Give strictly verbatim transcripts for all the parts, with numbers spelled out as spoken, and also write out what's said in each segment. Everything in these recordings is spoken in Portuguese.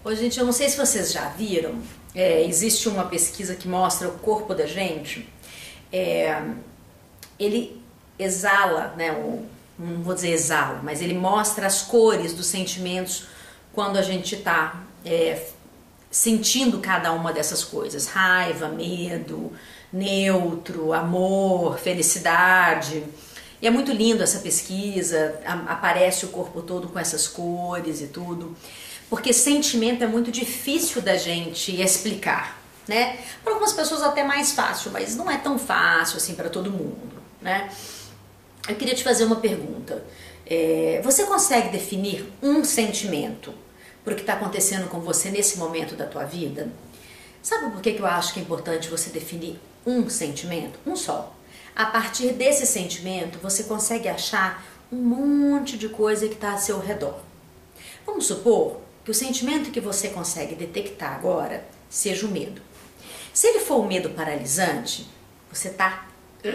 Ô, gente, eu não sei se vocês já viram, é, existe uma pesquisa que mostra o corpo da gente, é, ele exala, né, o, não vou dizer exala, mas ele mostra as cores dos sentimentos quando a gente está é, sentindo cada uma dessas coisas, raiva, medo, neutro, amor, felicidade. E é muito lindo essa pesquisa, aparece o corpo todo com essas cores e tudo, porque sentimento é muito difícil da gente explicar, né? Para algumas pessoas até mais fácil, mas não é tão fácil assim para todo mundo, né? Eu queria te fazer uma pergunta. É, você consegue definir um sentimento para o que está acontecendo com você nesse momento da tua vida? Sabe por que que eu acho que é importante você definir um sentimento? Um só. A partir desse sentimento, você consegue achar um monte de coisa que está a seu redor. Vamos supor que o sentimento que você consegue detectar agora seja o medo. Se ele for um medo paralisante, você está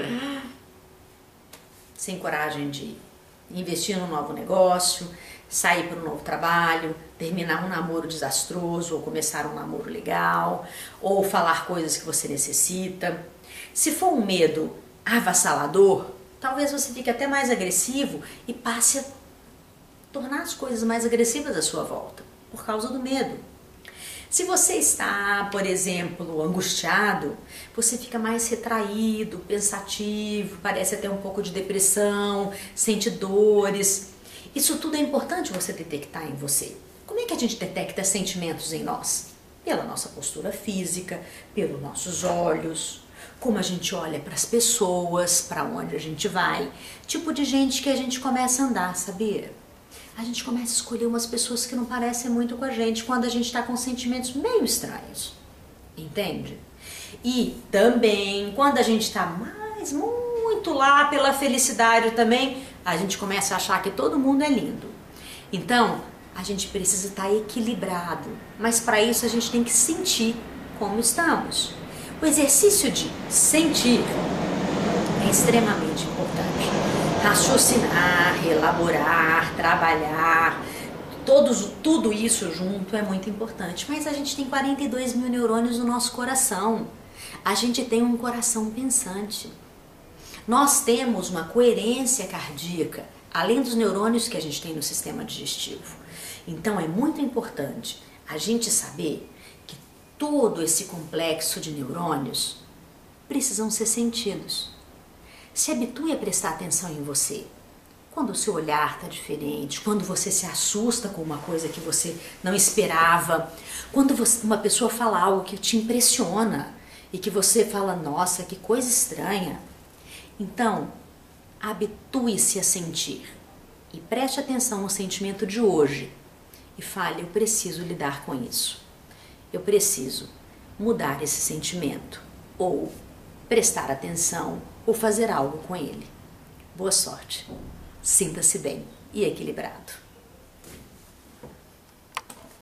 sem coragem de investir num novo negócio, sair para um novo trabalho, terminar um namoro desastroso ou começar um namoro legal, ou falar coisas que você necessita. Se for um medo avassalador, talvez você fique até mais agressivo e passe a tornar as coisas mais agressivas à sua volta, por causa do medo. Se você está, por exemplo, angustiado, você fica mais retraído, pensativo, parece até um pouco de depressão, sente dores. Isso tudo é importante você detectar em você. Como é que a gente detecta sentimentos em nós? Pela nossa postura física, pelos nossos olhos, como a gente olha para as pessoas, para onde a gente vai, tipo de gente que a gente começa a andar, sabia? A gente começa a escolher umas pessoas que não parecem muito com a gente quando a gente está com sentimentos meio estranhos, entende? E também, quando a gente está mais, muito lá pela felicidade também, a gente começa a achar que todo mundo é lindo. Então, a gente precisa estar equilibrado, mas para isso a gente tem que sentir como estamos. O exercício de sentir é extremamente importante. Raciocinar, elaborar, trabalhar, todos, tudo isso junto é muito importante. Mas a gente tem quarenta e dois mil neurônios no nosso coração. A gente tem um coração pensante. Nós temos uma coerência cardíaca, além dos neurônios que a gente tem no sistema digestivo. Então é muito importante a gente saber que todo esse complexo de neurônios precisam ser sentidos. Se habitue a prestar atenção em você. Quando o seu olhar está diferente, quando você se assusta com uma coisa que você não esperava, quando você, uma pessoa fala algo que te impressiona e que você fala, nossa, que coisa estranha. Então, habitue-se a sentir e preste atenção no sentimento de hoje e fale, eu preciso lidar com isso. Eu preciso mudar esse sentimento ou prestar atenção ou fazer algo com ele. Boa sorte. Sinta-se bem e equilibrado.